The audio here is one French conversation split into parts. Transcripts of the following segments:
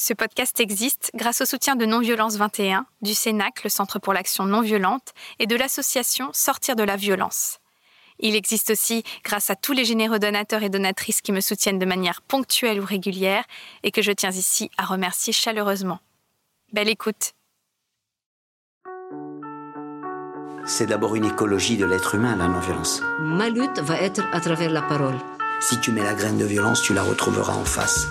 Ce podcast existe grâce au soutien de Non-Violence 21, du CENAC, le Centre pour l'action non-violente, et de l'association Sortir de la violence. Il existe aussi grâce à tous les généreux donateurs et donatrices qui me soutiennent de manière ponctuelle ou régulière et que je tiens ici à remercier chaleureusement. Belle écoute. C'est d'abord une écologie de l'être humain, la non-violence. Ma lutte va être à travers la parole. Si tu mets la graine de violence, tu la retrouveras en face.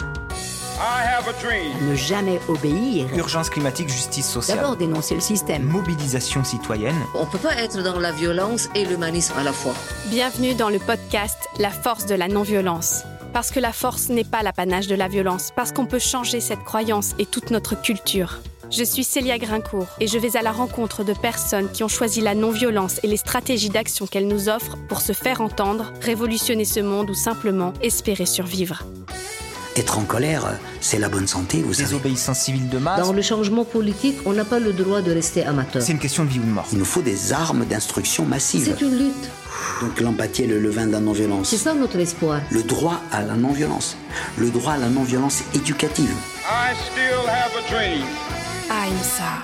Ne jamais obéir. Urgence climatique, justice sociale. D'abord dénoncer le système. Mobilisation citoyenne. On ne peut pas être dans la violence et l'humanisme à la fois. Bienvenue dans le podcast La force de la non-violence. Parce que la force n'est pas l'apanage de la violence, parce qu'on peut changer cette croyance et toute notre culture. Je suis Célia Grincourt et je vais à la rencontre de personnes qui ont choisi la non-violence et les stratégies d'action qu'elle nous offre pour se faire entendre, révolutionner ce monde ou simplement espérer survivre. Être en colère, c'est la bonne santé, vous savez. Désobéissance civile de masse. Dans le changement politique, on n'a pas le droit de rester amateur. C'est une question de vie ou de mort. Il nous faut des armes d'instruction massive. C'est une lutte. Donc l'empathie est le levain de la non-violence. C'est ça notre espoir. Le droit à la non-violence. Le droit à la non-violence éducative. I still have a dream. Ahimsa.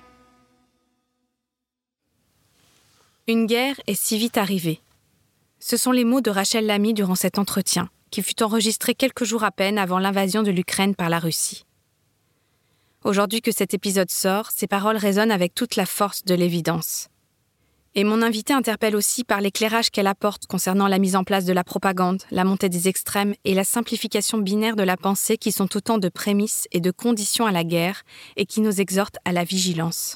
Une guerre est si vite arrivée. Ce sont les mots de Rachel Lamy durant cet entretien, qui fut enregistré quelques jours à peine avant l'invasion de l'Ukraine par la Russie. Aujourd'hui que cet épisode sort, ces paroles résonnent avec toute la force de l'évidence. Et mon invitée interpelle aussi par l'éclairage qu'elle apporte concernant la mise en place de la propagande, la montée des extrêmes et la simplification binaire de la pensée qui sont autant de prémices et de conditions à la guerre et qui nous exhortent à la vigilance.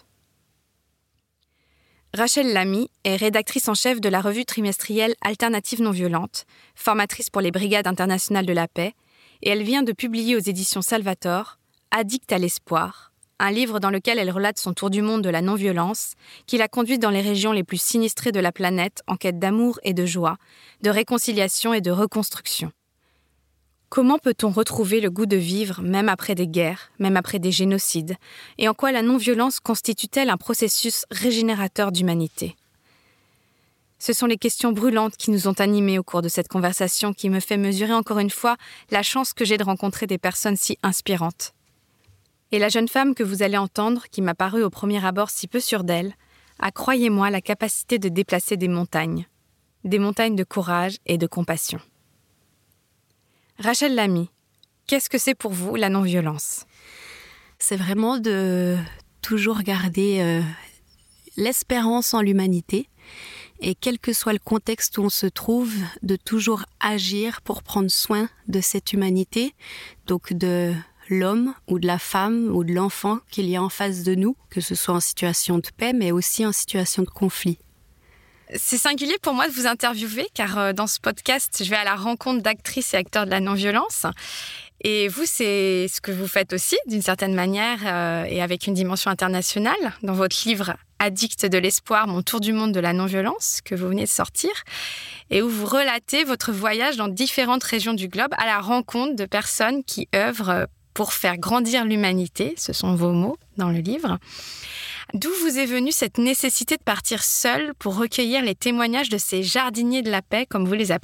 Rachel Lamy est rédactrice en chef de la revue trimestrielle Alternative non-violente, formatrice pour les Brigades internationales de la paix, et elle vient de publier aux éditions Salvator « Addict à l'espoir », un livre dans lequel elle relate son tour du monde de la non-violence, qui l'a conduite dans les régions les plus sinistrées de la planète en quête d'amour et de joie, de réconciliation et de reconstruction. Comment peut-on retrouver le goût de vivre même après des guerres, même après des génocides, et en quoi la non-violence constitue-t-elle un processus régénérateur d'humanité ? Ce sont les questions brûlantes qui nous ont animés au cours de cette conversation qui me fait mesurer encore une fois la chance que j'ai de rencontrer des personnes si inspirantes. Et la jeune femme que vous allez entendre, qui m'a paru au premier abord si peu sûre d'elle, a, croyez-moi, la capacité de déplacer des montagnes de courage et de compassion. Rachel Lamy, qu'est-ce que c'est pour vous la non-violence ? C'est vraiment de toujours garder l'espérance en l'humanité et quel que soit le contexte où on se trouve, de toujours agir pour prendre soin de cette humanité, donc de l'homme ou de la femme ou de l'enfant qu'il y a en face de nous, que ce soit en situation de paix, mais aussi en situation de conflit. C'est singulier pour moi de vous interviewer, car dans ce podcast, je vais à la rencontre d'actrices et acteurs de la non-violence. Et vous, c'est ce que vous faites aussi, d'une certaine manière, et avec une dimension internationale, dans votre livre « Addict de l'espoir, mon tour du monde de la non-violence » que vous venez de sortir, et où vous relatez votre voyage dans différentes régions du globe à la rencontre de personnes qui œuvrent pour faire grandir l'humanité, ce sont vos mots dans le livre. D'où vous est venue cette nécessité de partir seul pour recueillir les témoignages de ces jardiniers de la paix, comme vous les appelez ?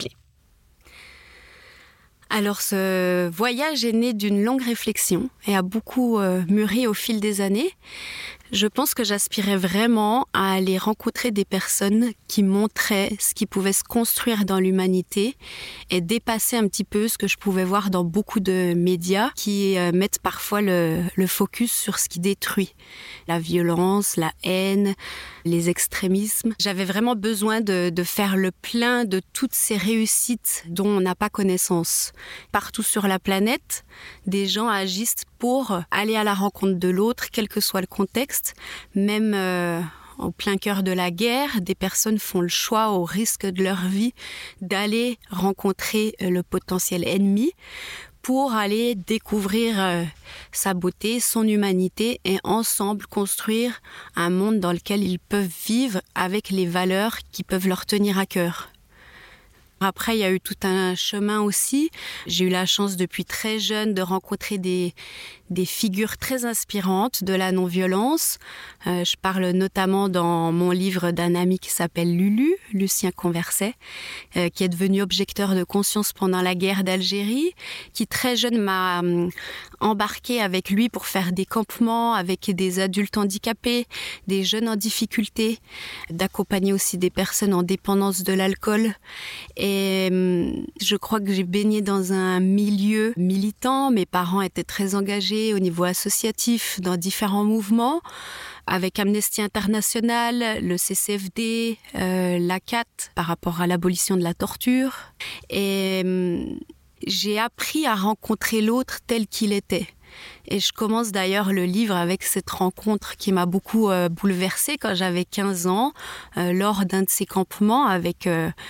Alors ce voyage est né d'une longue réflexion et a beaucoup mûri au fil des années. Je pense que j'aspirais vraiment à aller rencontrer des personnes qui montraient ce qui pouvait se construire dans l'humanité et dépasser un petit peu ce que je pouvais voir dans beaucoup de médias qui mettent parfois le focus sur ce qui détruit. La violence, la haine, les extrémismes. J'avais vraiment besoin de faire le plein de toutes ces réussites dont on n'a pas connaissance. Partout sur la planète, des gens agissent pour aller à la rencontre de l'autre, quel que soit le contexte. Même au plein cœur de la guerre, des personnes font le choix, au risque de leur vie, d'aller rencontrer le potentiel ennemi pour aller découvrir sa beauté, son humanité et ensemble construire un monde dans lequel ils peuvent vivre avec les valeurs qui peuvent leur tenir à cœur. Après, il y a eu tout un chemin aussi. J'ai eu la chance depuis très jeune de rencontrer des figures très inspirantes de la non-violence. Je parle notamment dans mon livre d'un ami qui s'appelle Lulu, Lucien Converset, qui est devenu objecteur de conscience pendant la guerre d'Algérie, qui très jeune m'a embarqué avec lui pour faire des campements avec des adultes handicapés, des jeunes en difficulté, d'accompagner aussi des personnes en dépendance de l'alcool. Et je crois que j'ai baigné dans un milieu militant. Mes parents étaient très engagés au niveau associatif dans différents mouvements, avec Amnesty International, le CCFD, l'ACAT par rapport à l'abolition de la torture. Et j'ai appris à rencontrer l'autre tel qu'il était. Et je commence d'ailleurs le livre avec cette rencontre qui m'a beaucoup bouleversée quand j'avais 15 ans, lors d'un de ces campements avec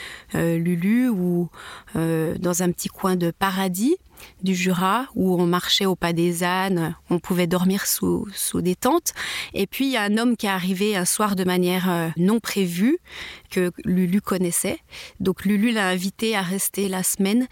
Lulu, ou dans un petit coin de paradis du Jura, où on marchait au pas des ânes, on pouvait dormir sous des tentes. Et puis il y a un homme qui est arrivé un soir de manière non prévue, que Lulu connaissait. Donc Lulu l'a invité à rester la semaine.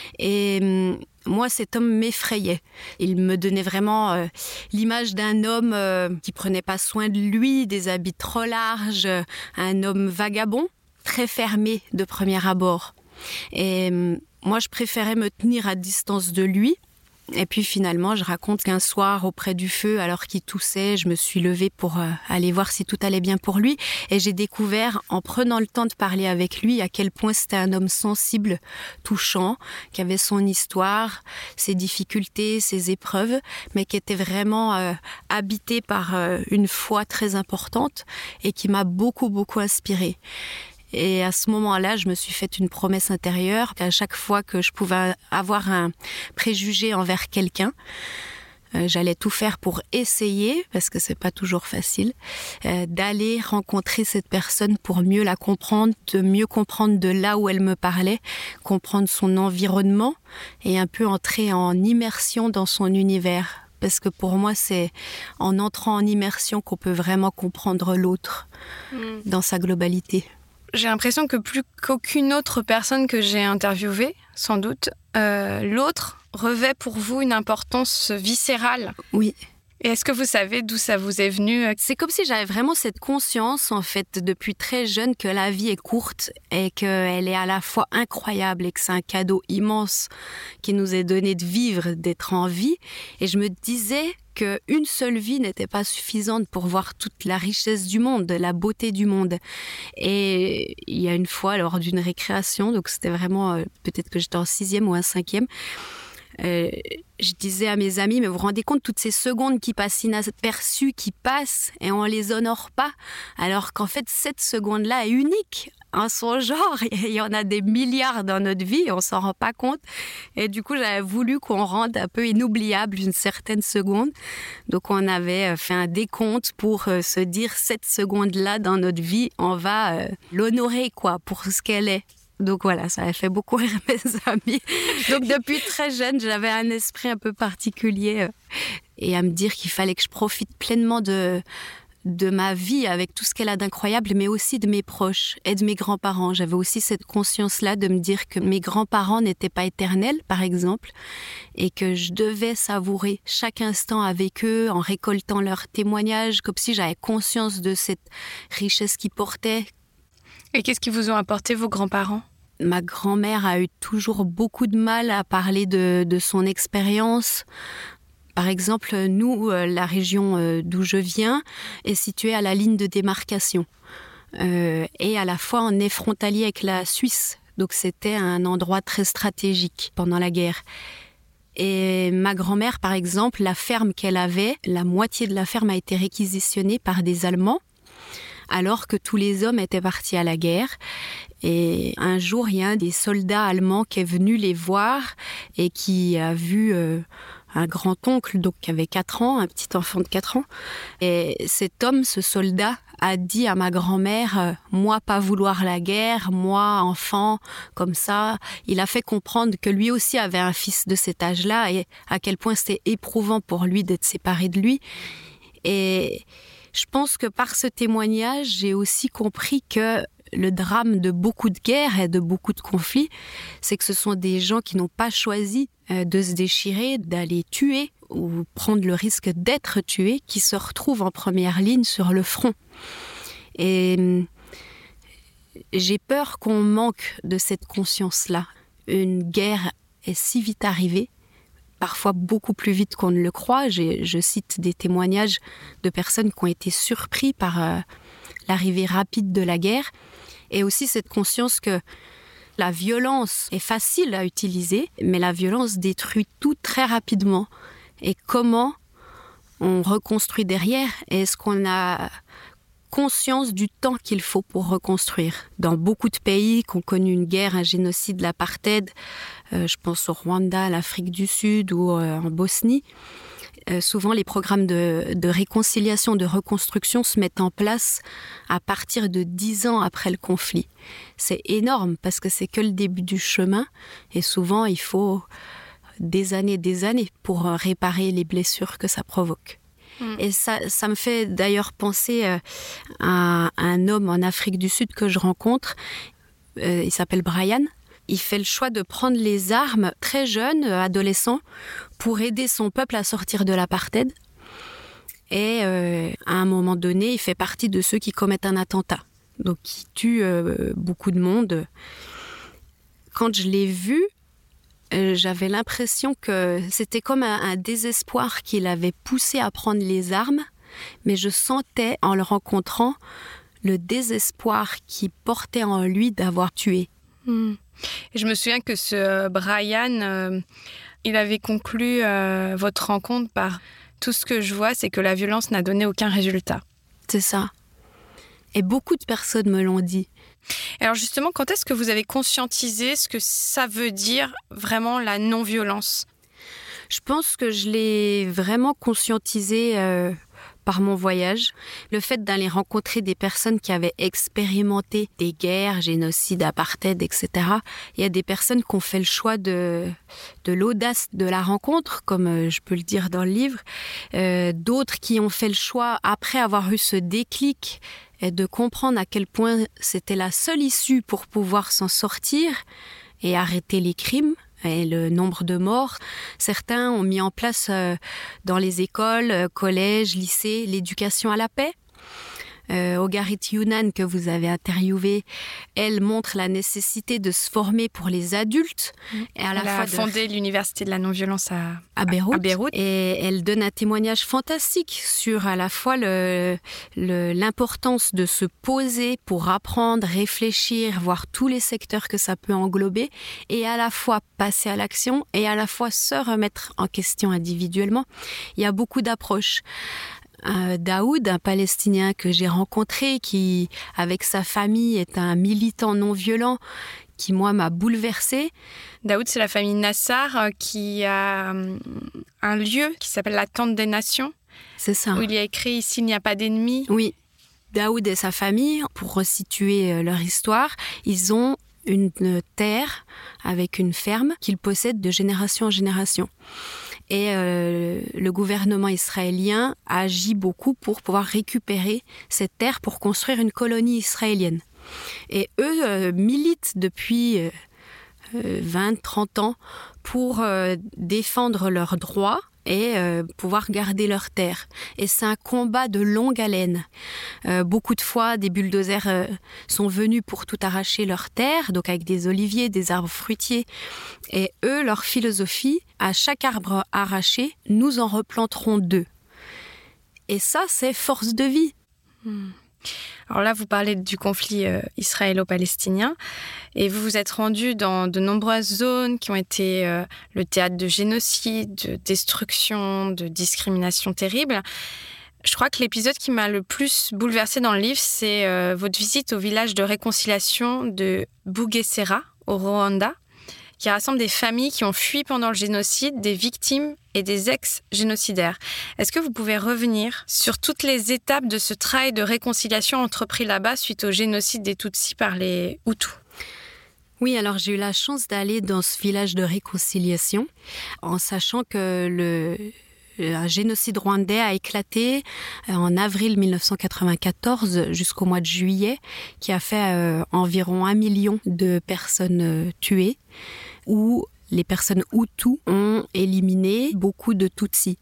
Et moi, cet homme m'effrayait. Il me donnait vraiment l'image d'un homme qui prenait pas soin de lui, des habits trop larges, un homme vagabond, très fermé de premier abord. Et moi, je préférais me tenir à distance de lui. Et puis finalement, je raconte qu'un soir, auprès du feu, alors qu'il toussait, je me suis levée pour aller voir si tout allait bien pour lui. Et j'ai découvert, en prenant le temps de parler avec lui, à quel point c'était un homme sensible, touchant, qui avait son histoire, ses difficultés, ses épreuves, mais qui était vraiment habité par une foi très importante et qui m'a beaucoup, beaucoup inspirée. Et à ce moment-là, je me suis fait une promesse intérieure qu'à chaque fois que je pouvais avoir un préjugé envers quelqu'un, j'allais tout faire pour essayer, parce que c'est pas toujours facile, d'aller rencontrer cette personne pour mieux la comprendre, de mieux comprendre de là où elle me parlait, comprendre son environnement et un peu entrer en immersion dans son univers. Parce que pour moi, c'est en entrant en immersion qu'on peut vraiment comprendre l'autre dans sa globalité. J'ai l'impression que plus qu'aucune autre personne que j'ai interviewée, sans doute, l'autre revêt pour vous une importance viscérale. Oui. Et est-ce que vous savez d'où ça vous est venu ? C'est comme si j'avais vraiment cette conscience, en fait, depuis très jeune, que la vie est courte et qu'elle est à la fois incroyable et que c'est un cadeau immense qui nous est donné de vivre, d'être en vie. Et je me disais qu'une seule vie n'était pas suffisante pour voir toute la richesse du monde, la beauté du monde. Et il y a une fois, lors d'une récréation, donc c'était vraiment, peut-être que j'étais en 6e ou en 5e, je disais à mes amis, mais vous vous rendez compte, toutes ces secondes qui passent inaperçues, qui passent et on les honore pas, alors qu'en fait cette seconde-là est unique en son genre. Il y en a des milliards dans notre vie et on s'en rend pas compte. Et du coup, j'avais voulu qu'on rende un peu inoubliable une certaine seconde. Donc on avait fait un décompte pour se dire, cette seconde-là dans notre vie, on va l'honorer quoi, pour ce qu'elle est. Donc voilà, ça a fait beaucoup rire mes amis. Donc depuis très jeune, j'avais un esprit un peu particulier et à me dire qu'il fallait que je profite pleinement de ma vie avec tout ce qu'elle a d'incroyable, mais aussi de mes proches et de mes grands-parents. J'avais aussi cette conscience-là de me dire que mes grands-parents n'étaient pas éternels, par exemple, et que je devais savourer chaque instant avec eux en récoltant leurs témoignages, comme si j'avais conscience de cette richesse qu'ils portaient. Et qu'est-ce qu'ils vous ont apporté, vos grands-parents ? Ma grand-mère a eu toujours beaucoup de mal à parler de son expérience. Par exemple, nous, la région d'où je viens est située à la ligne de démarcation. Et à la fois, on est frontalier avec la Suisse. Donc c'était un endroit très stratégique pendant la guerre. Et ma grand-mère, par exemple, la ferme qu'elle avait, la moitié de la ferme a été réquisitionnée par des Allemands, alors que tous les hommes étaient partis à la guerre. Et un jour, il y a un des soldats allemands qui est venu les voir et qui a vu un grand-oncle, donc qui avait 4 ans, un petit enfant de 4 ans. Et cet homme, ce soldat, a dit à ma grand-mère, moi pas vouloir la guerre, moi enfant, comme ça. Il a fait comprendre que lui aussi avait un fils de cet âge-là et à quel point c'était éprouvant pour lui d'être séparé de lui. Et je pense que par ce témoignage, j'ai aussi compris que le drame de beaucoup de guerres et de beaucoup de conflits, c'est que ce sont des gens qui n'ont pas choisi de se déchirer, d'aller tuer ou prendre le risque d'être tués, qui se retrouvent en première ligne sur le front. Et j'ai peur qu'on manque de cette conscience-là. Une guerre est si vite arrivée, parfois beaucoup plus vite qu'on ne le croit. Je cite des témoignages de personnes qui ont été surpris par l'arrivée rapide de la guerre, et aussi cette conscience que la violence est facile à utiliser, mais la violence détruit tout très rapidement. Et comment on reconstruit derrière? Et est-ce qu'on a conscience du temps qu'il faut pour reconstruire? Dans beaucoup de pays qui ont connu une guerre, un génocide, l'apartheid, je pense au Rwanda, à l'Afrique du Sud ou en Bosnie, souvent les programmes de réconciliation, de reconstruction se mettent en place à partir de 10 ans après le conflit. C'est énorme parce que c'est que le début du chemin, et souvent il faut des années pour réparer les blessures que ça provoque. Et ça me fait d'ailleurs penser à un homme en Afrique du Sud que je rencontre. Il s'appelle Brian. Il fait le choix de prendre les armes très jeune, adolescent, pour aider son peuple à sortir de l'apartheid. Et à un moment donné, il fait partie de ceux qui commettent un attentat. Donc, qui tue beaucoup de monde. Quand je l'ai vu, j'avais l'impression que c'était comme un désespoir qui l'avait poussé à prendre les armes, mais je sentais en le rencontrant le désespoir qui portait en lui d'avoir tué. Et je me souviens que ce Brian, il avait conclu votre rencontre par « Tout ce que je vois, c'est que la violence n'a donné aucun résultat ». C'est ça. Et beaucoup de personnes me l'ont dit. Alors justement, quand est-ce que vous avez conscientisé ce que ça veut dire vraiment la non-violence ? Je pense que je l'ai vraiment conscientisé par mon voyage. Le fait d'aller rencontrer des personnes qui avaient expérimenté des guerres, génocides, apartheid, etc. Il y a des personnes qui ont fait le choix de l'audace de la rencontre, comme je peux le dire dans le livre. D'autres qui ont fait le choix, après avoir eu ce déclic, et de comprendre à quel point c'était la seule issue pour pouvoir s'en sortir et arrêter les crimes et le nombre de morts. Certains ont mis en place dans les écoles, collèges, lycées, l'éducation à la paix. Ogarit Younan, que vous avez interviewé, elle montre la nécessité de se former pour les adultes. Et à la elle a fondé l'université de la non-violence à Beyrouth. Et elle donne un témoignage fantastique sur à la fois l'importance de se poser pour apprendre, réfléchir, voir tous les secteurs que ça peut englober, et à la fois passer à l'action et à la fois se remettre en question individuellement. Il y a beaucoup d'approches. Daoud, un Palestinien que j'ai rencontré, qui, avec sa famille, est un militant non violent, qui, moi, m'a bouleversée. Daoud, c'est la famille Nassar qui a un lieu qui s'appelle la Tente des Nations. C'est ça. Où il y a écrit « Ici, il n'y a pas d'ennemis ». Oui. Daoud et sa famille, pour resituer leur histoire, ils ont une terre avec une ferme qu'ils possèdent de génération en génération. Et le gouvernement israélien agit beaucoup pour pouvoir récupérer cette terre pour construire une colonie israélienne. Et eux militent depuis 20-30 ans pour défendre leurs droits et pouvoir garder leur terre. Et c'est un combat de longue haleine. Beaucoup de fois, des bulldozers sont venus pour tout arracher leur terre, donc avec des oliviers, des arbres fruitiers. Et eux, leur philosophie, à chaque arbre arraché, nous en replanterons 2. Et ça, c'est force de vie. Alors là, vous parlez du conflit israélo-palestinien et vous vous êtes rendu dans de nombreuses zones qui ont été le théâtre de génocide, de destruction, de discrimination terrible. Je crois que l'épisode qui m'a le plus bouleversée dans le livre, c'est votre visite au village de réconciliation de Bugesera, au Rwanda, qui rassemble des familles qui ont fui pendant le génocide, des victimes et des ex-génocidaires. Est-ce que vous pouvez revenir sur toutes les étapes de ce travail de réconciliation entrepris là-bas suite au génocide des Tutsis par les Hutus ? Oui, alors j'ai eu la chance d'aller dans ce village de réconciliation en sachant que un génocide rwandais a éclaté en avril 1994 jusqu'au mois de juillet, qui a fait environ 1 million de personnes tuées, où les personnes Hutus ont éliminé beaucoup de Tutsis.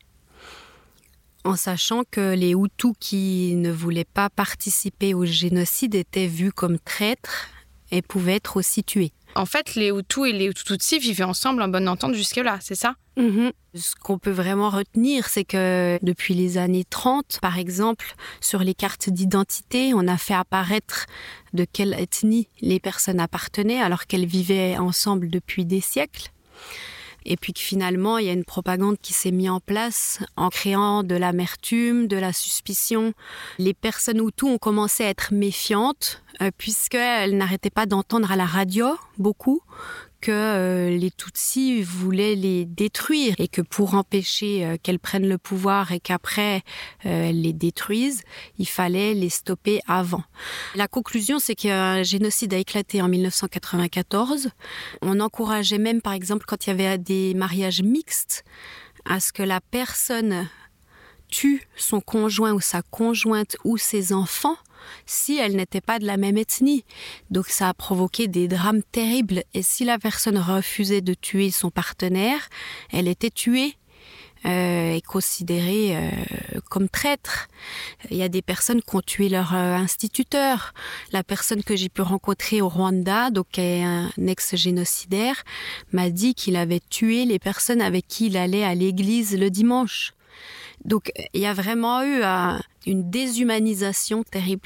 En sachant que les Hutus qui ne voulaient pas participer au génocide étaient vus comme traîtres et pouvaient être aussi tués. En fait, les Hutus et les Tutsis vivaient ensemble en bonne entente jusque-là, c'est ça ? Ce qu'on peut vraiment retenir, c'est que depuis les années 30, par exemple, sur les cartes d'identité, on a fait apparaître de quelle ethnie les personnes appartenaient alors qu'elles vivaient ensemble depuis des siècles. Et puis que finalement, il y a une propagande qui s'est mise en place en créant de l'amertume, de la suspicion. Les personnes Hutus ont commencé à être méfiantes puisqu'elles n'arrêtaient pas d'entendre à la radio beaucoup que les Tutsis voulaient les détruire et que pour empêcher qu'elles prennent le pouvoir et qu'après elles les détruisent, il fallait les stopper avant. La conclusion, c'est qu'un génocide a éclaté en 1994. On encourageait même, par exemple, quand il y avait des mariages mixtes, à ce que la personne tue son conjoint ou sa conjointe ou ses enfants si elle n'était pas de la même ethnie. Donc ça a provoqué des drames terribles. Et si la personne refusait de tuer son partenaire, elle était tuée et considérée comme traître. Il y a des personnes qui ont tué leur instituteur. La personne que j'ai pu rencontrer au Rwanda, donc qui est un ex-génocidaire, m'a dit qu'il avait tué les personnes avec qui il allait à l'église le dimanche. Donc, il y a vraiment eu une déshumanisation terrible.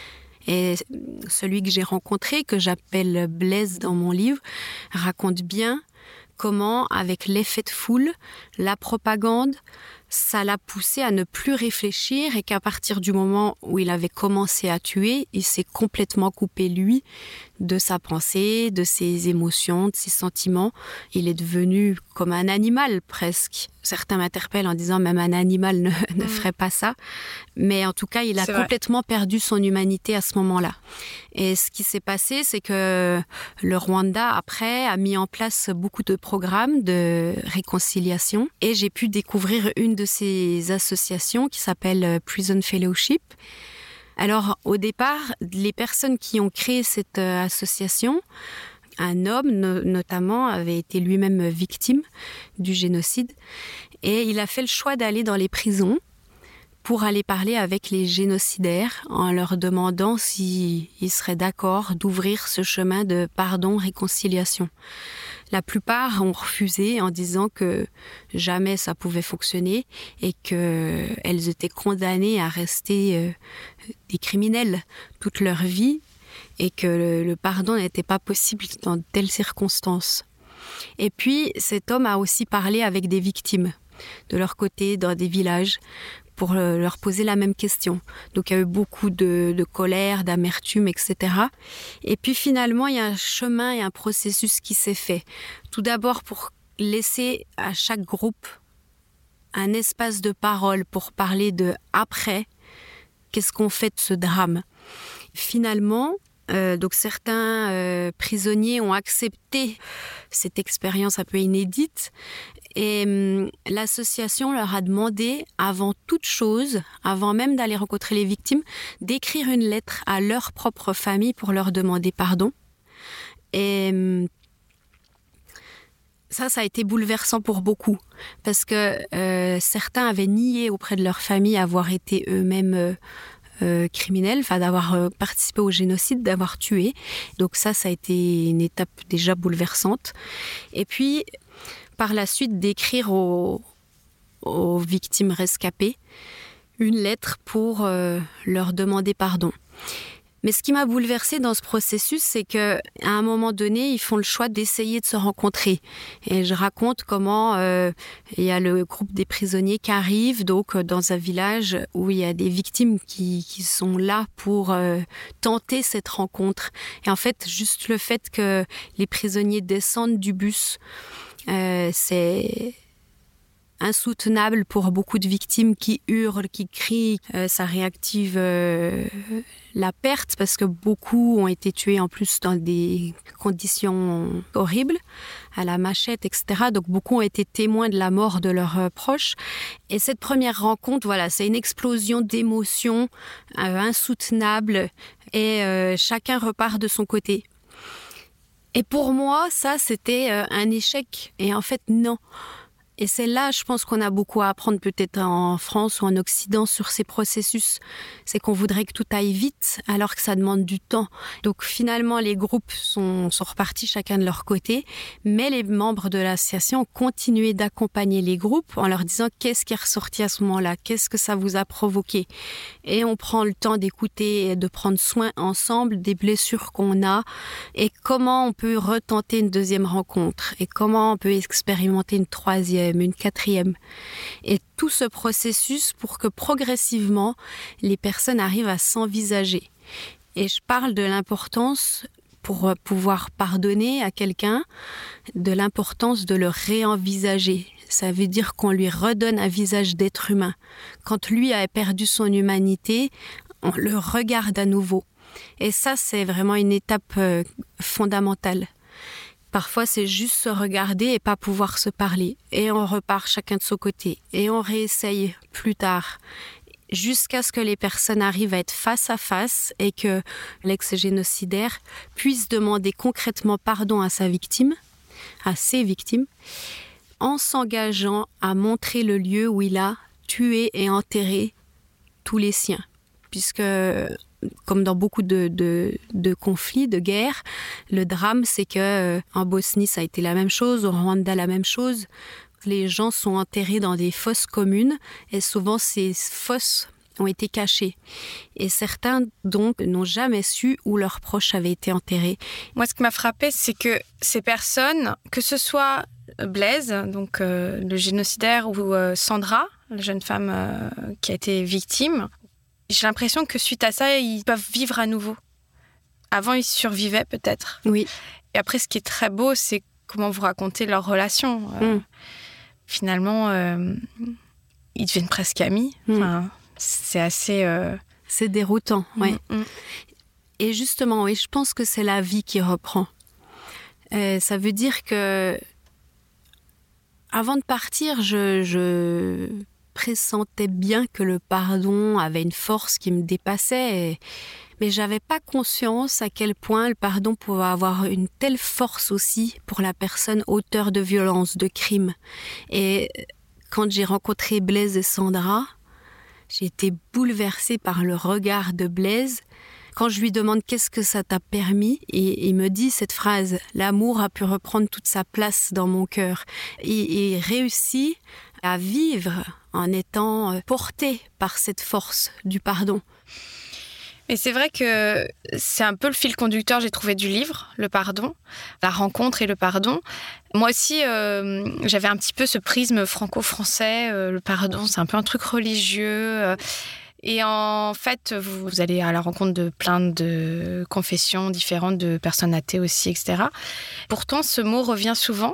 Et celui que j'ai rencontré, que j'appelle Blaise dans mon livre, raconte bien comment, avec l'effet de foule, la propagande, ça l'a poussé à ne plus réfléchir et qu'à partir du moment où il avait commencé à tuer, il s'est complètement coupé, lui, de sa pensée, de ses émotions, de ses sentiments. Il est devenu comme un animal, presque. Certains m'interpellent en disant même un animal ne ferait pas ça. Mais en tout cas, il a complètement perdu son humanité à ce moment-là. Et ce qui s'est passé, c'est que le Rwanda, après, a mis en place beaucoup de programmes de réconciliation. Et j'ai pu découvrir une de ces associations qui s'appelle Prison Fellowship. Alors, au départ, les personnes qui ont créé cette association, un homme notamment avait été lui-même victime du génocide et il a fait le choix d'aller dans les prisons pour aller parler avec les génocidaires en leur demandant s'ils seraient d'accord d'ouvrir ce chemin de pardon-réconciliation. La plupart ont refusé en disant que jamais ça pouvait fonctionner et qu'elles étaient condamnées à rester des criminels toute leur vie et que le pardon n'était pas possible dans telles circonstances. Et puis, cet homme a aussi parlé avec des victimes de leur côté dans des villages pour leur poser la même question. Donc il y a eu beaucoup de colère, d'amertume, etc. Et puis finalement, il y a un chemin et un processus qui s'est fait. Tout d'abord pour laisser à chaque groupe un espace de parole pour parler de après, qu'est-ce qu'on fait de ce drame. Finalement, donc certains prisonniers ont accepté cette expérience un peu inédite et l'association leur a demandé avant toute chose, avant même d'aller rencontrer les victimes, d'écrire une lettre à leur propre famille pour leur demander pardon. Et ça a été bouleversant pour beaucoup parce que certains avaient nié auprès de leur famille avoir été eux-mêmes criminels, enfin d'avoir participé au génocide, d'avoir tué. Donc ça a été une étape déjà bouleversante. Et puis, par la suite, d'écrire aux victimes rescapées une lettre pour leur demander pardon. Mais ce qui m'a bouleversée dans ce processus, c'est qu'à un moment donné, ils font le choix d'essayer de se rencontrer. Et je raconte comment il y a le groupe des prisonniers qui arrive donc dans un village où il y a des victimes qui sont là pour tenter cette rencontre. Et en fait, juste le fait que les prisonniers descendent du bus, c'est insoutenable pour beaucoup de victimes qui hurlent, qui crient. Ça réactive la perte parce que beaucoup ont été tués en plus dans des conditions horribles, à la machette, etc. Donc beaucoup ont été témoins de la mort de leurs proches. Et cette première rencontre, voilà, c'est une explosion d'émotions insoutenables et chacun repart de son côté. Et pour moi, ça, c'était un échec. Et en fait, non. Et c'est là, je pense qu'on a beaucoup à apprendre peut-être en France ou en Occident sur ces processus. C'est qu'on voudrait que tout aille vite alors que ça demande du temps. Donc finalement, les groupes sont repartis chacun de leur côté, mais les membres de l'association ont continué d'accompagner les groupes en leur disant qu'est-ce qui est ressorti à ce moment-là, qu'est-ce que ça vous a provoqué. Et on prend le temps d'écouter et de prendre soin ensemble des blessures qu'on a et comment on peut retenter une deuxième rencontre et comment on peut expérimenter une troisième, une quatrième. Et tout ce processus pour que progressivement, les personnes arrivent à s'envisager. Et je parle de l'importance, pour pouvoir pardonner à quelqu'un, de l'importance de le réenvisager. Ça veut dire qu'on lui redonne un visage d'être humain. Quand lui a perdu son humanité, on le regarde à nouveau. Et ça, c'est vraiment une étape fondamentale. Parfois, c'est juste se regarder et pas pouvoir se parler. Et on repart chacun de son côté. Et on réessaye plus tard. Jusqu'à ce que les personnes arrivent à être face à face et que l'ex-génocidaire puisse demander concrètement pardon à sa victime, à ses victimes, en s'engageant à montrer le lieu où il a tué et enterré tous les siens. Puisque, comme dans beaucoup de conflits, de guerres, le drame, c'est que en Bosnie, ça a été la même chose, au Rwanda, la même chose. Les gens sont enterrés dans des fosses communes et souvent ces fosses ont été cachées. Et certains, donc, n'ont jamais su où leurs proches avaient été enterrés. Moi, ce qui m'a frappée, c'est que ces personnes, que ce soit Blaise, donc le génocidaire, ou Sandra, la jeune femme qui a été victime, j'ai l'impression que suite à ça, ils peuvent vivre à nouveau. Avant, ils survivaient peut-être. Oui. Et après, ce qui est très beau, c'est comment vous racontez leur relation. Finalement, ils deviennent presque amis. Enfin, c'est assez... C'est déroutant, oui. Et justement, oui, je pense que c'est la vie qui reprend. Ça veut dire que, avant de partir, je pressentais bien que le pardon avait une force qui me dépassait, mais j'avais pas conscience à quel point le pardon pouvait avoir une telle force aussi pour la personne auteure de violence, de crime. Et quand j'ai rencontré Blaise et Sandra, j'ai été bouleversée par le regard de Blaise. Quand je lui demande qu'est-ce que ça t'a permis, et il me dit cette phrase, l'amour a pu reprendre toute sa place dans mon cœur. Et il réussit à vivre en étant porté par cette force du pardon. Et c'est vrai que c'est un peu le fil conducteur, j'ai trouvé, du livre, le pardon, la rencontre et le pardon. Moi aussi, j'avais un petit peu ce prisme franco-français, le pardon, c'est un peu un truc religieux. Et en fait, vous allez à la rencontre de plein de confessions différentes, de personnes athées aussi, etc. Pourtant, ce mot revient souvent.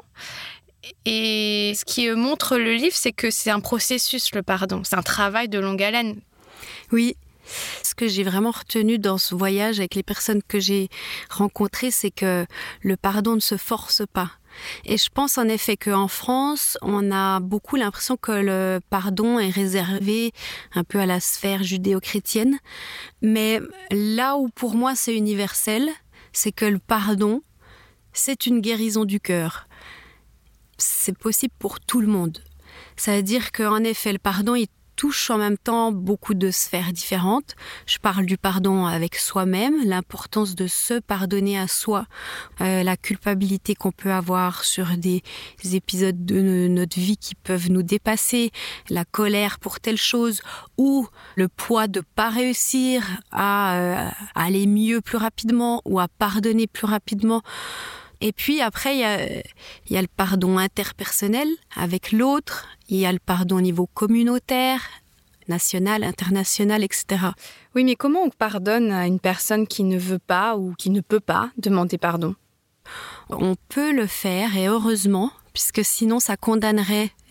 Et ce qui montre le livre, c'est que c'est un processus, le pardon. C'est un travail de longue haleine. Oui. Ce que j'ai vraiment retenu dans ce voyage avec les personnes que j'ai rencontrées, c'est que le pardon ne se force pas. Et je pense en effet qu'en France, on a beaucoup l'impression que le pardon est réservé un peu à la sphère judéo-chrétienne. Mais là où pour moi c'est universel, c'est que le pardon, c'est une guérison du cœur. C'est possible pour tout le monde. Ça veut dire qu'en effet, le pardon, il touche en même temps beaucoup de sphères différentes. Je parle du pardon avec soi-même, l'importance de se pardonner à soi, la culpabilité qu'on peut avoir sur des épisodes de notre vie qui peuvent nous dépasser, la colère pour telle chose, ou le poids de pas réussir à aller mieux plus rapidement ou à pardonner plus rapidement. Et puis après, il y a le pardon interpersonnel avec l'autre, il y a le pardon au niveau communautaire, national, international, etc. Oui, mais comment on pardonne à une personne qui ne veut pas ou qui ne peut pas demander pardon ? On peut le faire, et heureusement, puisque sinon ça condamnerait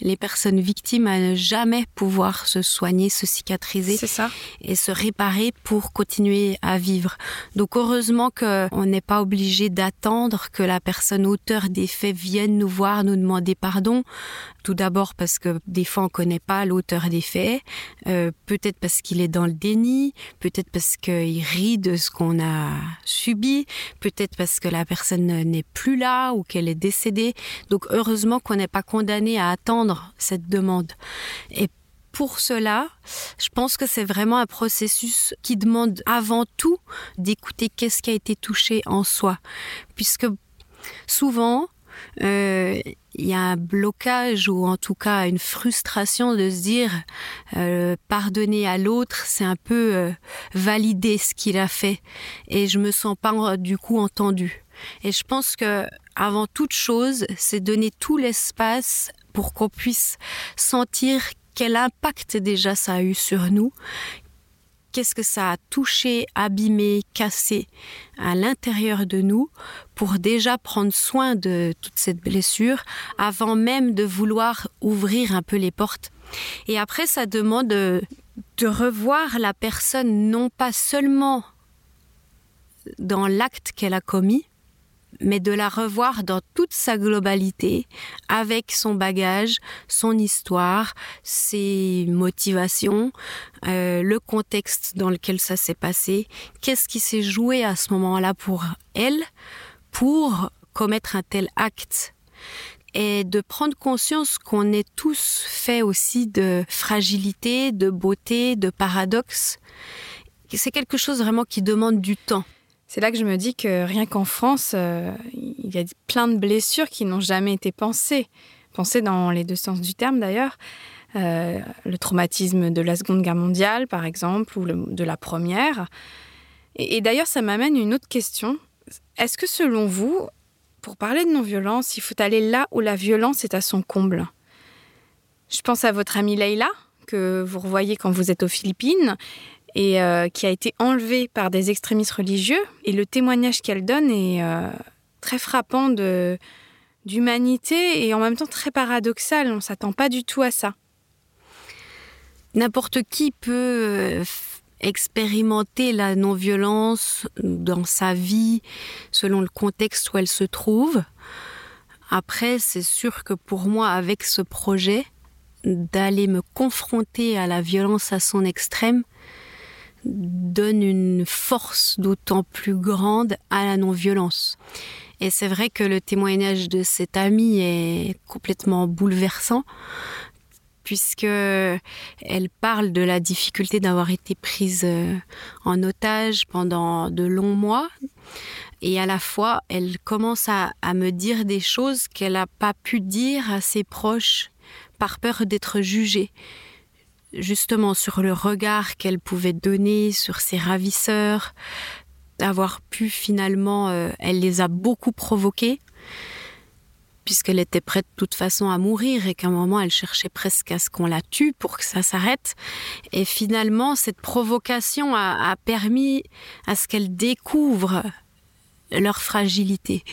les personnes victimes à ne jamais pouvoir se soigner, se cicatriser et se réparer pour continuer à vivre. Donc heureusement qu'on n'est pas obligé d'attendre que la personne auteur des faits vienne nous voir, nous demander pardon. Tout d'abord parce que des fois on ne connaît pas l'auteur des faits, peut-être parce qu'il est dans le déni, peut-être parce qu'il rit de ce qu'on a subi, peut-être parce que la personne n'est plus là ou qu'elle est décédée. Donc heureusement qu'on n'est pas condamné à attendre cette demande. Et pour cela, je pense que c'est vraiment un processus qui demande avant tout d'écouter qu'est-ce qui a été touché en soi. Puisque souvent, il y a un blocage ou en tout cas une frustration de se dire pardonner à l'autre, c'est un peu valider ce qu'il a fait et je me sens pas du coup entendue. Et je pense que avant toute chose, c'est donner tout l'espace pour qu'on puisse sentir quel impact déjà ça a eu sur nous. Qu'est-ce que ça a touché, abîmé, cassé à l'intérieur de nous pour déjà prendre soin de toute cette blessure avant même de vouloir ouvrir un peu les portes. Et après, ça demande de revoir la personne non pas seulement dans l'acte qu'elle a commis, mais de la revoir dans toute sa globalité, avec son bagage, son histoire, ses motivations, le contexte dans lequel ça s'est passé, qu'est-ce qui s'est joué à ce moment-là pour elle, pour commettre un tel acte. Et de prendre conscience qu'on est tous faits aussi de fragilité, de beauté, de paradoxe. C'est quelque chose vraiment qui demande du temps. C'est là que je me dis que rien qu'en France, il y a plein de blessures qui n'ont jamais été pensées. Pensées dans les deux sens du terme d'ailleurs. Le traumatisme de la Seconde Guerre mondiale, par exemple, ou de la Première. Et d'ailleurs, ça m'amène une autre question. Est-ce que selon vous, pour parler de non-violence, il faut aller là où la violence est à son comble ? Je pense à votre amie Leïla, que vous revoyez quand vous êtes aux Philippines, et qui a été enlevée par des extrémistes religieux. Et le témoignage qu'elle donne est très frappant d'humanité et en même temps très paradoxal. On ne s'attend pas du tout à ça. N'importe qui peut expérimenter la non-violence dans sa vie selon le contexte où elle se trouve. Après, c'est sûr que pour moi, avec ce projet, d'aller me confronter à la violence à son extrême, donne une force d'autant plus grande à la non-violence. Et c'est vrai que le témoignage de cette amie est complètement bouleversant, puisque elle parle de la difficulté d'avoir été prise en otage pendant de longs mois. Et à la fois, elle commence à me dire des choses qu'elle n'a pas pu dire à ses proches par peur d'être jugée. Justement sur le regard qu'elle pouvait donner sur ses ravisseurs, d'avoir pu finalement, elle les a beaucoup provoqués, puisqu'elle était prête de toute façon à mourir et qu'à un moment elle cherchait presque à ce qu'on la tue pour que ça s'arrête. Et finalement, cette provocation a permis à ce qu'elle découvre leur fragilité.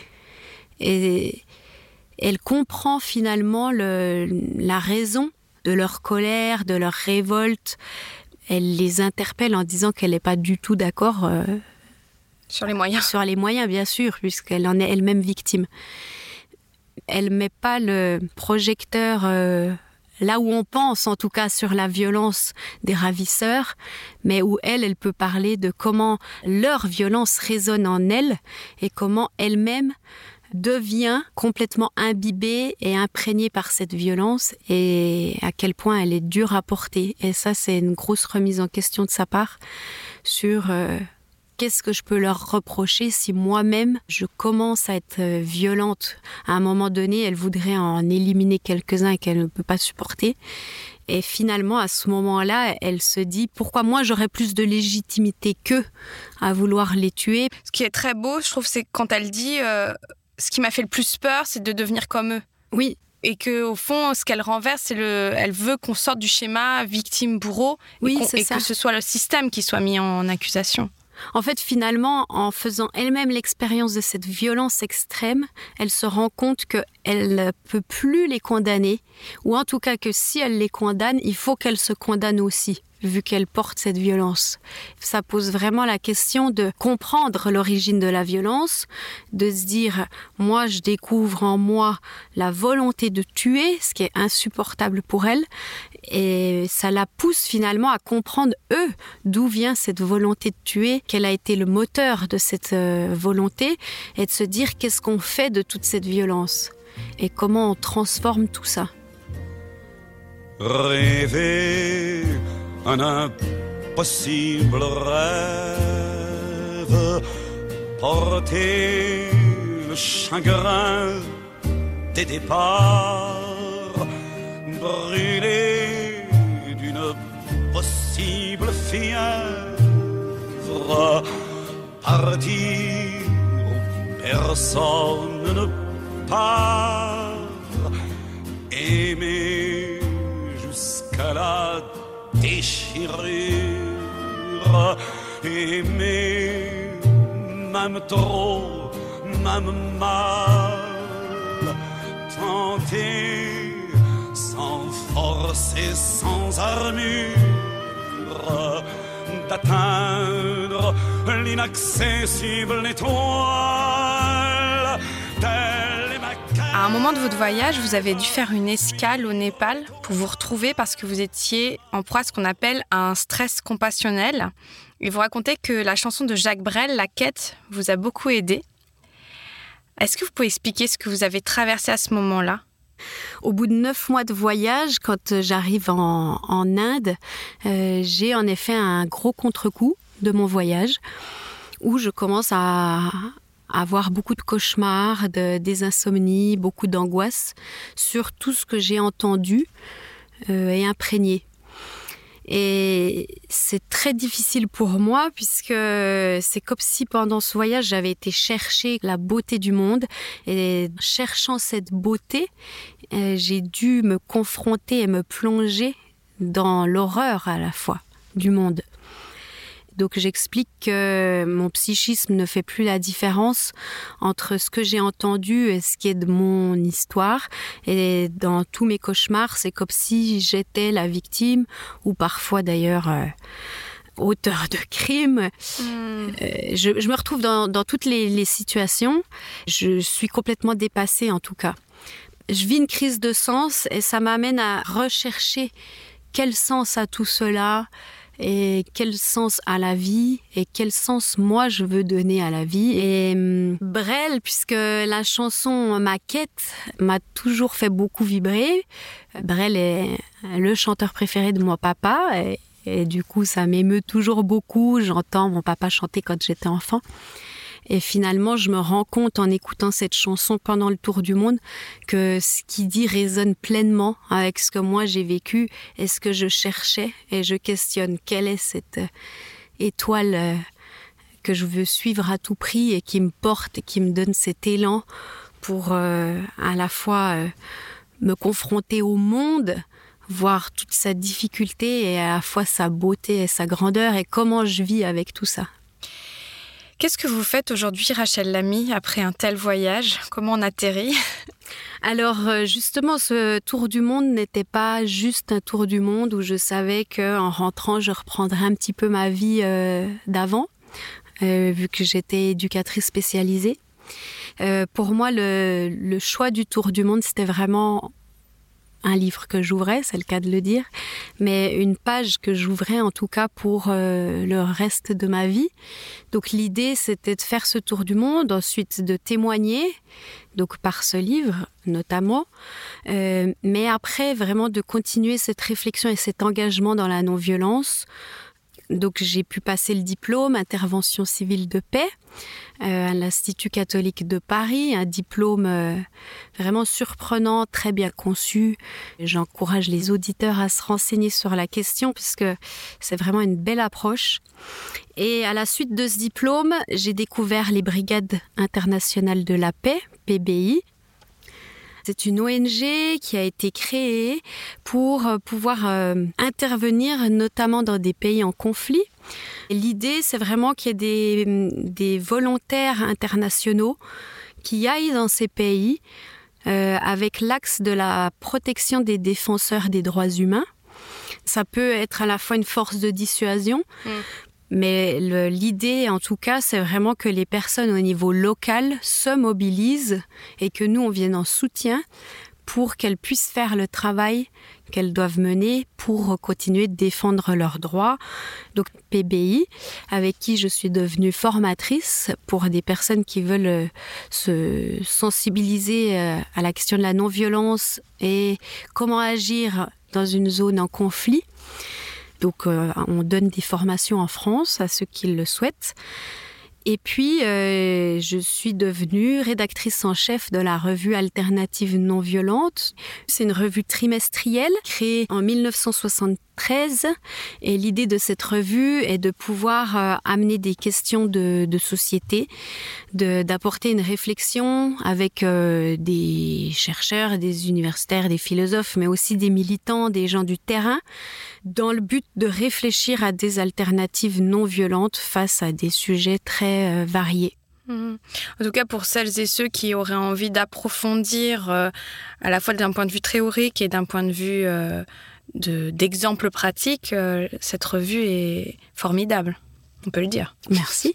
Et elle comprend finalement la raison de leur colère, de leur révolte. Elle les interpelle en disant qu'elle n'est pas du tout d'accord sur les moyens. Sur les moyens, bien sûr, puisqu'elle en est elle-même victime. Elle ne met pas le projecteur là où on pense, en tout cas sur la violence des ravisseurs, mais où elle peut parler de comment leur violence résonne en elle et comment elle-même devient complètement imbibée et imprégnée par cette violence et à quel point elle est dure à porter. Et ça, c'est une grosse remise en question de sa part sur qu'est-ce que je peux leur reprocher si moi-même je commence à être violente. À un moment donné, elle voudrait en éliminer quelques-uns qu'elle ne peut pas supporter. Et finalement, à ce moment-là, elle se dit « Pourquoi moi, j'aurais plus de légitimité qu'eux à vouloir les tuer ?» Ce qui est très beau, je trouve, c'est quand elle dit ce qui m'a fait le plus peur, c'est de devenir comme eux. Oui. Et qu'au fond, ce qu'elle renverse, c'est elle veut qu'on sorte du schéma victime-bourreau oui, et que ce soit le système qui soit mis en accusation. En fait, finalement, en faisant elle-même l'expérience de cette violence extrême, elle se rend compte que elle ne peut plus les condamner, ou en tout cas que si elle les condamne, il faut qu'elle se condamne aussi, vu qu'elle porte cette violence. Ça pose vraiment la question de comprendre l'origine de la violence, de se dire, moi je découvre en moi la volonté de tuer, ce qui est insupportable pour elle, et ça la pousse finalement à comprendre, d'où vient cette volonté de tuer, quel a été le moteur de cette volonté, et de se dire qu'est-ce qu'on fait de toute cette violence, et comment on transforme tout ça. Rêver un impossible rêve, porter le chagrin des départs, brûler d'une possible fièvre, partir où personne ne part, aimer jusqu'à la déchirure, aimer même trop, même mal, tenter sans force et sans armure d'atteindre l'inaccessible étoile. À un moment de votre voyage, vous avez dû faire une escale au Népal pour vous retrouver parce que vous étiez en proie à ce qu'on appelle un stress compassionnel. Et vous racontez que la chanson de Jacques Brel, La Quête, vous a beaucoup aidé. Est-ce que vous pouvez expliquer ce que vous avez traversé à ce moment-là ? Au bout de 9 mois de voyage, quand j'arrive en Inde, j'ai en effet un gros contre-coup de mon voyage où je commence à avoir beaucoup de cauchemars, des insomnies, beaucoup d'angoisse sur tout ce que j'ai entendu et imprégné. Et c'est très difficile pour moi puisque c'est comme si pendant ce voyage, j'avais été chercher la beauté du monde. Et cherchant cette beauté, j'ai dû me confronter et me plonger dans l'horreur à la fois du monde. Donc j'explique que mon psychisme ne fait plus la différence entre ce que j'ai entendu et ce qui est de mon histoire. Et dans tous mes cauchemars, c'est comme si j'étais la victime, ou parfois d'ailleurs auteur de crime. Je me retrouve dans toutes les situations. Je suis complètement dépassée en tout cas. Je vis une crise de sens et ça m'amène à rechercher quel sens a tout cela, et quel sens a la vie, et quel sens moi je veux donner à la vie. Et Brel, puisque la chanson Ma Quête m'a toujours fait beaucoup vibrer. Brel est le chanteur préféré de mon papa, et du coup ça m'émeut toujours beaucoup. J'entends mon papa chanter quand j'étais enfant. Et finalement, je me rends compte en écoutant cette chanson pendant le tour du monde que ce qu'il dit résonne pleinement avec ce que moi j'ai vécu et ce que je cherchais. Et je questionne quelle est cette étoile que je veux suivre à tout prix et qui me porte et qui me donne cet élan pour à la fois me confronter au monde, voir toute sa difficulté et à la fois sa beauté et sa grandeur et comment je vis avec tout ça. Qu'est-ce que vous faites aujourd'hui, Rachel Lamy, après un tel voyage ? Comment on atterrit ? Alors justement, ce tour du monde n'était pas juste un tour du monde où je savais qu'en rentrant, je reprendrais un petit peu ma vie d'avant, vu que j'étais éducatrice spécialisée. Pour moi, le choix du tour du monde, c'était vraiment un livre que j'ouvrais, c'est le cas de le dire, mais une page que j'ouvrais en tout cas pour le reste de ma vie. Donc l'idée, c'était de faire ce tour du monde, ensuite de témoigner, donc par ce livre notamment, mais après vraiment de continuer cette réflexion et cet engagement dans la non-violence. Donc j'ai pu passer le diplôme intervention civile de paix à l'Institut catholique de Paris, un diplôme vraiment surprenant, très bien conçu. J'encourage les auditeurs à se renseigner sur la question puisque c'est vraiment une belle approche. Et à la suite de ce diplôme, j'ai découvert les Brigades internationales de la paix, PBI. C'est une ONG qui a été créée pour pouvoir intervenir notamment dans des pays en conflit. Et l'idée, c'est vraiment qu'il y ait des volontaires internationaux qui aillent dans ces pays avec l'axe de la protection des défenseurs des droits humains. Ça peut être à la fois une force de dissuasion, mais l'idée, en tout cas, c'est vraiment que les personnes au niveau local se mobilisent et que nous, on vienne en soutien pour qu'elles puissent faire le travail qu'elles doivent mener pour continuer de défendre leurs droits. Donc PBI, avec qui je suis devenue formatrice pour des personnes qui veulent se sensibiliser à la question de la non-violence et comment agir dans une zone en conflit. Donc on donne des formations en France à ceux qui le souhaitent. Et puis, je suis devenue rédactrice en chef de la revue Alternative non violente. C'est une revue trimestrielle créée en 1973. Et l'idée de cette revue est de pouvoir amener des questions de société, d'apporter une réflexion avec des chercheurs, des universitaires, des philosophes, mais aussi des militants, des gens du terrain, dans le but de réfléchir à des alternatives non violentes face à des sujets très variés. En tout cas, pour celles et ceux qui auraient envie d'approfondir à la fois d'un point de vue théorique et d'un point de vue d'exemple pratique, cette revue est formidable. On peut le dire. Merci.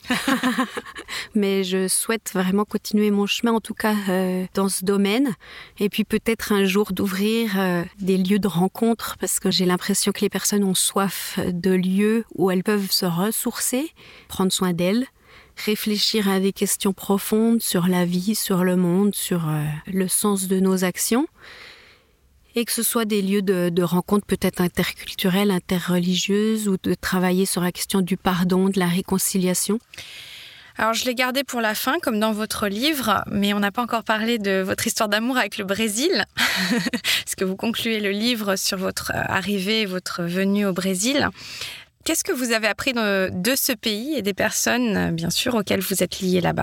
Mais je souhaite vraiment continuer mon chemin, en tout cas dans ce domaine. Et puis peut-être un jour d'ouvrir des lieux de rencontre, parce que j'ai l'impression que les personnes ont soif de lieux où elles peuvent se ressourcer, prendre soin d'elles, réfléchir à des questions profondes sur la vie, sur le monde, sur le sens de nos actions. Et que ce soit des lieux de rencontres peut-être interculturelles, interreligieuses, ou de travailler sur la question du pardon, de la réconciliation. Alors, je l'ai gardé pour la fin, comme dans votre livre, mais on n'a pas encore parlé de votre histoire d'amour avec le Brésil, parce que vous concluez le livre sur votre arrivée, votre venue au Brésil. Qu'est-ce que vous avez appris de ce pays et des personnes, bien sûr, auxquelles vous êtes liés là-bas ?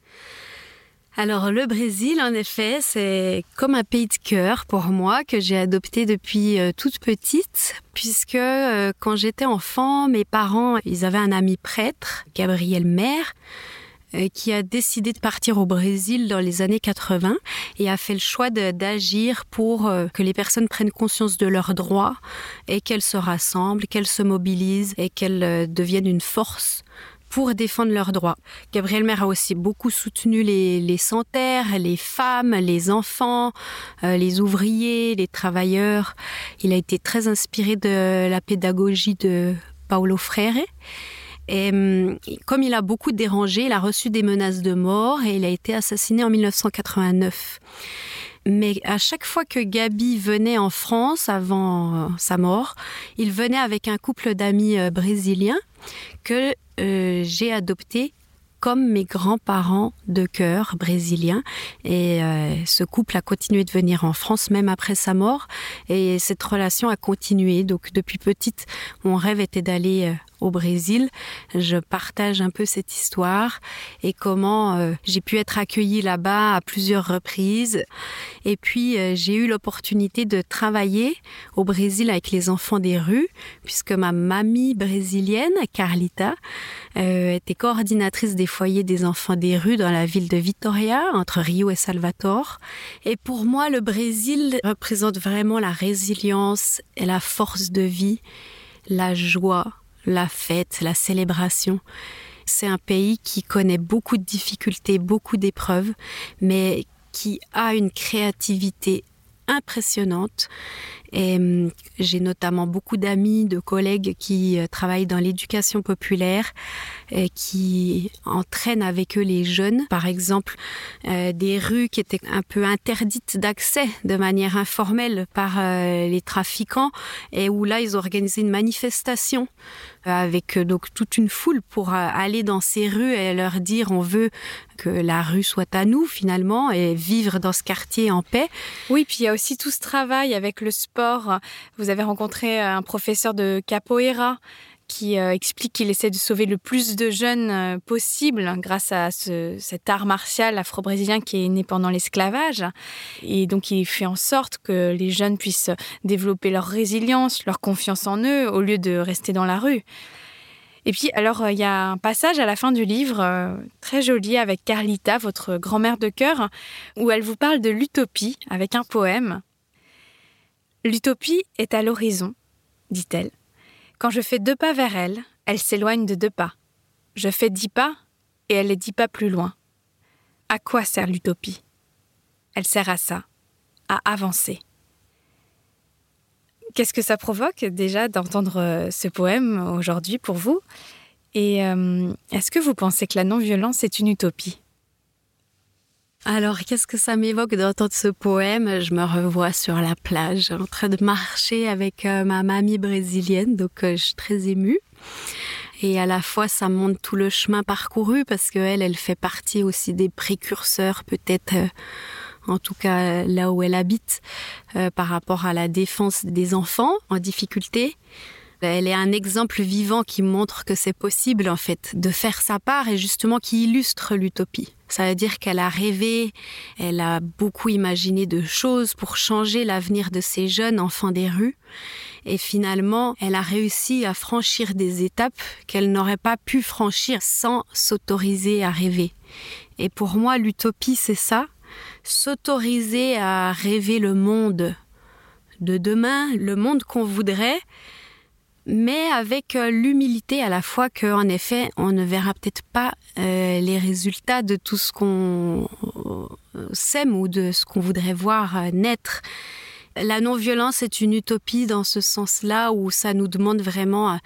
Alors le Brésil, en effet, c'est comme un pays de cœur pour moi que j'ai adopté depuis toute petite, puisque quand j'étais enfant, mes parents, ils avaient un ami prêtre, Gabriel Maire, qui a décidé de partir au Brésil dans les années 80 et a fait le choix d'agir pour que les personnes prennent conscience de leurs droits et qu'elles se rassemblent, qu'elles se mobilisent et qu'elles deviennent une force pour défendre leurs droits. Gabriel Maire a aussi beaucoup soutenu les sans-terre, les femmes, les enfants, les ouvriers, les travailleurs. Il a été très inspiré de la pédagogie de Paulo Freire. Et comme il a beaucoup dérangé, il a reçu des menaces de mort et il a été assassiné en 1989. Mais à chaque fois que Gabi venait en France, avant sa mort, il venait avec un couple d'amis brésiliens que j'ai adopté comme mes grands-parents de cœur brésiliens. Et ce couple a continué de venir en France même après sa mort. Et cette relation a continué. Donc depuis petite, mon rêve était d'aller au Brésil. Je partage un peu cette histoire et comment j'ai pu être accueillie là-bas à plusieurs reprises. Et puis, j'ai eu l'opportunité de travailler au Brésil avec les enfants des rues, puisque ma mamie brésilienne, Carlita, était coordinatrice des foyers des enfants des rues dans la ville de Vitória, entre Rio et Salvador. Et pour moi, le Brésil représente vraiment la résilience et la force de vie, la joie, la fête, la célébration. C'est un pays qui connaît beaucoup de difficultés, beaucoup d'épreuves, mais qui a une créativité impressionnante. Et j'ai notamment beaucoup d'amis, de collègues qui travaillent dans l'éducation populaire, qui entraînent avec eux les jeunes. Par exemple, des rues qui étaient un peu interdites d'accès de manière informelle par les trafiquants, et où là, ils ont organisé une manifestation avec donc toute une foule pour aller dans ces rues et leur dire on veut que la rue soit à nous finalement et vivre dans ce quartier en paix. Oui, puis il y a aussi tout ce travail avec le sport. Vous avez rencontré un professeur de capoeira qui explique qu'il essaie de sauver le plus de jeunes possible grâce à cet art martial afro-brésilien qui est né pendant l'esclavage. Et donc, il fait en sorte que les jeunes puissent développer leur résilience, leur confiance en eux, au lieu de rester dans la rue. Et puis, alors, il y a un passage à la fin du livre, très joli, avec Carlita, votre grand-mère de cœur, où elle vous parle de l'utopie, avec un poème. « L'utopie est à l'horizon, dit-elle. Quand je fais 2 pas vers elle, elle s'éloigne de 2 pas. Je fais 10 pas, et elle est 10 pas plus loin. À quoi sert l'utopie ? Elle sert à ça, à avancer. » Qu'est-ce que ça provoque déjà d'entendre ce poème aujourd'hui pour vous ? Et est-ce que vous pensez que la non-violence est une utopie ? Alors, qu'est-ce que ça m'évoque d'entendre ce poème ? Je me revois sur la plage, en train de marcher avec ma mamie brésilienne, donc je suis très émue. Et à la fois, ça montre tout le chemin parcouru, parce qu'elle fait partie aussi des précurseurs, peut-être... en tout cas là où elle habite, par rapport à la défense des enfants en difficulté. Elle est un exemple vivant qui montre que c'est possible, en fait, de faire sa part et justement qui illustre l'utopie. Ça veut dire qu'elle a rêvé, elle a beaucoup imaginé de choses pour changer l'avenir de ces jeunes enfants des rues. Et finalement, elle a réussi à franchir des étapes qu'elle n'aurait pas pu franchir sans s'autoriser à rêver. Et pour moi, l'utopie, c'est ça. S'autoriser à rêver le monde de demain, le monde qu'on voudrait, mais avec l'humilité à la fois qu'en effet, on ne verra peut-être pas les résultats de tout ce qu'on sème ou de ce qu'on voudrait voir naître. La non-violence est une utopie dans ce sens-là où ça nous demande vraiment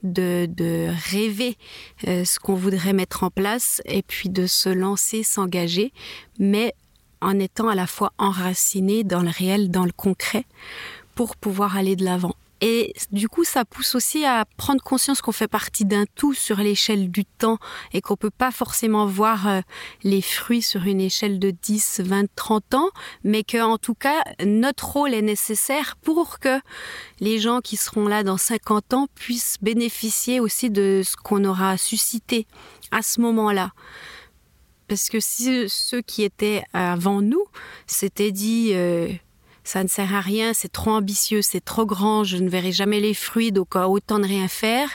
de rêver ce qu'on voudrait mettre en place et puis de se lancer, s'engager, mais en étant à la fois enraciné dans le réel, dans le concret, pour pouvoir aller de l'avant. Et du coup, ça pousse aussi à prendre conscience qu'on fait partie d'un tout sur l'échelle du temps et qu'on peut pas forcément voir les fruits sur une échelle de 10, 20, 30 ans, mais qu'en tout cas, notre rôle est nécessaire pour que les gens qui seront là dans 50 ans puissent bénéficier aussi de ce qu'on aura suscité à ce moment-là. Parce que si ceux qui étaient avant nous s'étaient dit ça ne sert à rien, c'est trop ambitieux, c'est trop grand, je ne verrai jamais les fruits, donc autant de rien faire,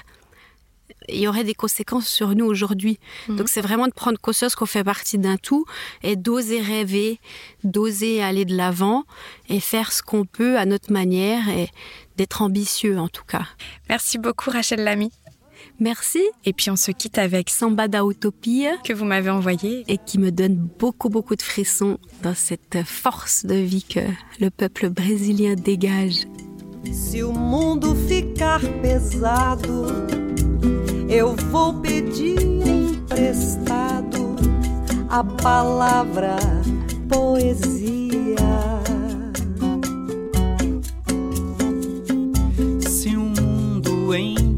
il y aurait des conséquences sur nous aujourd'hui. Donc c'est vraiment de prendre conscience qu'on fait partie d'un tout et d'oser rêver, d'oser aller de l'avant et faire ce qu'on peut à notre manière et d'être ambitieux en tout cas. Merci beaucoup Rachel Lamy. Merci. Et puis on se quitte avec Samba da Utopia que vous m'avez envoyé et qui me donne beaucoup de frissons dans cette force de vie que le peuple brésilien dégage. Se o mundo ficar pesado, eu vou pedir emprestado a palavra poesia. Se o mundo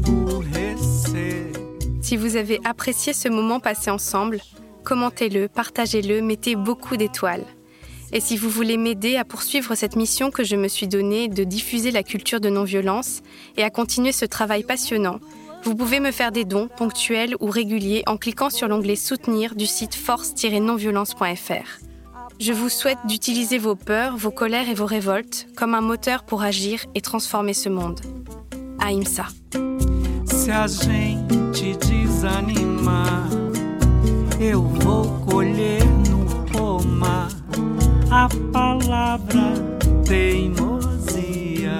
Si vous avez apprécié ce moment passé ensemble, commentez-le, partagez-le, mettez beaucoup d'étoiles. Et si vous voulez m'aider à poursuivre cette mission que je me suis donnée de diffuser la culture de non-violence et à continuer ce travail passionnant, vous pouvez me faire des dons ponctuels ou réguliers en cliquant sur l'onglet « Soutenir » du site force-nonviolence.fr. Je vous souhaite d'utiliser vos peurs, vos colères et vos révoltes comme un moteur pour agir et transformer ce monde. Ahimsa. Se a gente desanimar, eu vou colher no pomar a palavra teimosia.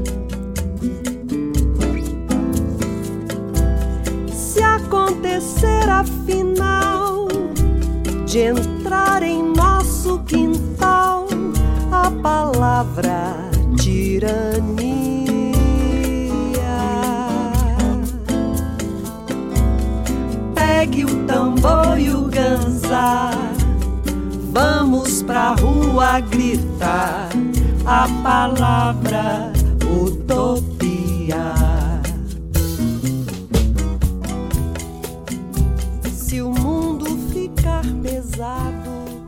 Se acontecer afinal de entrar em nosso quintal a palavra tirania, pegue o tambor e o ganzá, vamos pra rua gritar a palavra utopia. Se o mundo ficar pesado,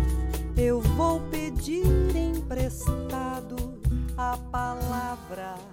eu vou pedir emprestado a palavra